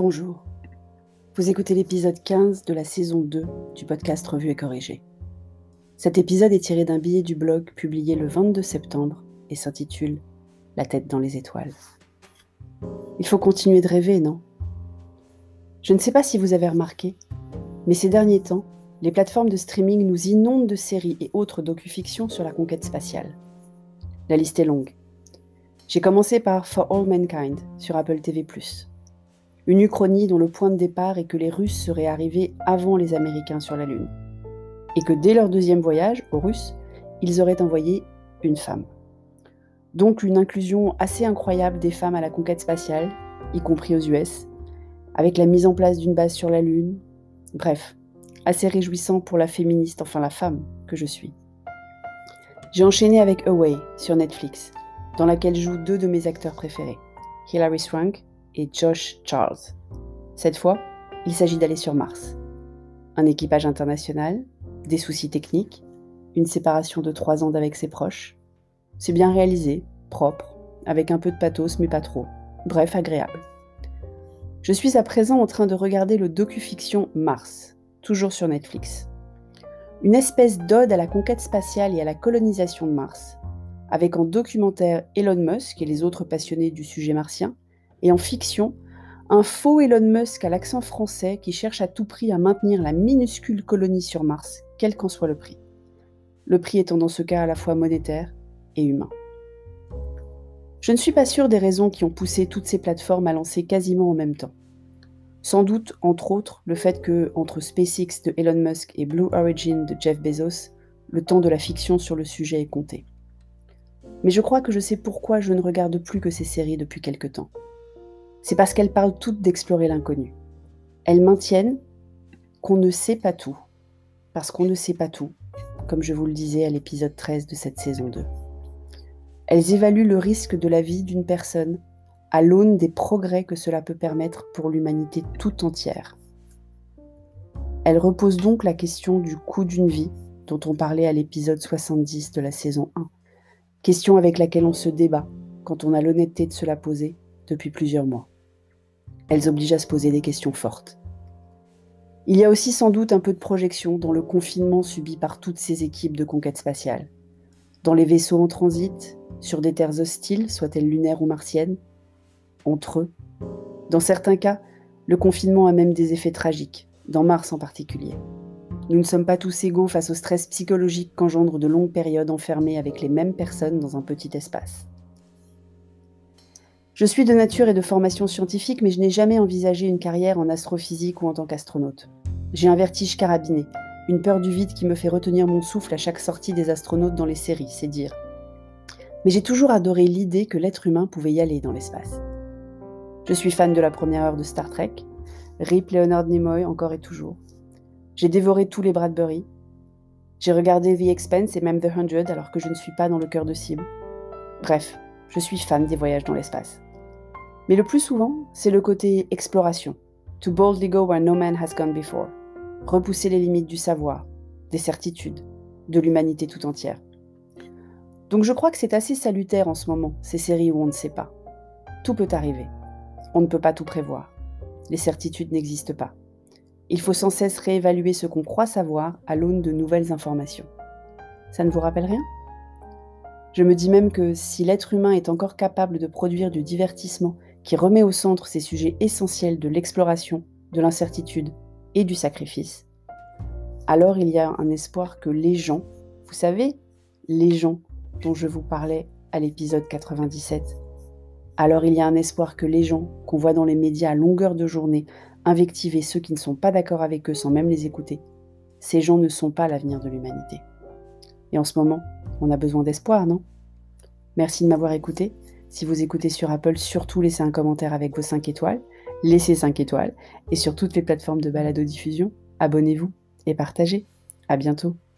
Bonjour, vous écoutez l'épisode 15 de la saison 2 du podcast Revue et Corrigé. Cet épisode est tiré d'un billet du blog publié le 22 septembre et s'intitule « La tête dans les étoiles ». Il faut continuer de rêver, non ? Je ne sais pas si vous avez remarqué, mais ces derniers temps, les plateformes de streaming nous inondent de séries et autres docu-fictions sur la conquête spatiale. La liste est longue. J'ai commencé par For All Mankind sur Apple TV+. Une uchronie dont le point de départ est que les Russes seraient arrivés avant les Américains sur la Lune. Et que dès leur deuxième voyage, aux Russes, ils auraient envoyé une femme. Donc une inclusion assez incroyable des femmes à la conquête spatiale, y compris aux US, avec la mise en place d'une base sur la Lune. Bref, assez réjouissant pour la féministe, enfin la femme que je suis. J'ai enchaîné avec Away sur Netflix, dans laquelle jouent deux de mes acteurs préférés, Hilary Swank et Josh Charles. Cette fois, il s'agit d'aller sur Mars. Un équipage international, des soucis techniques, une séparation de 3 ans d'avec ses proches. C'est bien réalisé, propre, avec un peu de pathos mais pas trop. Bref, agréable. Je suis à présent en train de regarder le docu-fiction Mars, toujours sur Netflix. Une espèce d'ode à la conquête spatiale et à la colonisation de Mars, avec en documentaire Elon Musk et les autres passionnés du sujet martien, et en fiction, un faux Elon Musk à l'accent français qui cherche à tout prix à maintenir la minuscule colonie sur Mars, quel qu'en soit le prix. Le prix étant dans ce cas à la fois monétaire et humain. Je ne suis pas sûre des raisons qui ont poussé toutes ces plateformes à lancer quasiment en même temps. Sans doute, entre autres, le fait que, entre SpaceX de Elon Musk et Blue Origin de Jeff Bezos, le temps de la fiction sur le sujet est compté. Mais je crois que je sais pourquoi je ne regarde plus que ces séries depuis quelque temps. C'est parce qu'elles parlent toutes d'explorer l'inconnu. Elles maintiennent qu'on ne sait pas tout. Parce qu'on ne sait pas tout, comme je vous le disais à l'épisode 13 de cette saison 2. Elles évaluent le risque de la vie d'une personne à l'aune des progrès que cela peut permettre pour l'humanité tout entière. Elles reposent donc la question du coût d'une vie, dont on parlait à l'épisode 70 de la saison 1. Question avec laquelle on se débat, quand on a l'honnêteté de se la poser depuis plusieurs mois. Elles obligent à se poser des questions fortes. Il y a aussi sans doute un peu de projection dans le confinement subi par toutes ces équipes de conquête spatiale. Dans les vaisseaux en transit, sur des terres hostiles, soient-elles lunaires ou martiennes, entre eux. Dans certains cas, le confinement a même des effets tragiques, dans Mars en particulier. Nous ne sommes pas tous égaux face au stress psychologique qu'engendrent de longues périodes enfermées avec les mêmes personnes dans un petit espace. Je suis de nature et de formation scientifique, mais je n'ai jamais envisagé une carrière en astrophysique ou en tant qu'astronaute. J'ai un vertige carabiné, une peur du vide qui me fait retenir mon souffle à chaque sortie des astronautes dans les séries, c'est dire. Mais j'ai toujours adoré l'idée que l'être humain pouvait y aller dans l'espace. Je suis fan de la première heure de Star Trek, Rip Leonard Nimoy encore et toujours. J'ai dévoré tous les Bradbury. J'ai regardé The Expanse et même The 100 alors que je ne suis pas dans le cœur de cible. Bref, je suis fan des voyages dans l'espace. Mais le plus souvent, c'est le côté exploration. To boldly go where no man has gone before. Repousser les limites du savoir, des certitudes, de l'humanité tout entière. Donc je crois que c'est assez salutaire en ce moment, ces séries où on ne sait pas. Tout peut arriver. On ne peut pas tout prévoir. Les certitudes n'existent pas. Il faut sans cesse réévaluer ce qu'on croit savoir à l'aune de nouvelles informations. Ça ne vous rappelle rien ? Je me dis même que si l'être humain est encore capable de produire du divertissement qui remet au centre ces sujets essentiels de l'exploration, de l'incertitude et du sacrifice, alors il y a un espoir que les gens, vous savez, les gens dont je vous parlais à l'épisode 97, alors il y a un espoir que les gens qu'on voit dans les médias à longueur de journée invectiver ceux qui ne sont pas d'accord avec eux sans même les écouter, ces gens ne sont pas l'avenir de l'humanité. Et en ce moment, on a besoin d'espoir, non ? Merci de m'avoir écouté. Si vous écoutez sur Apple, surtout laissez un commentaire avec vos 5 étoiles. Laissez 5 étoiles. Et sur toutes les plateformes de balado-diffusion, abonnez-vous et partagez. À bientôt.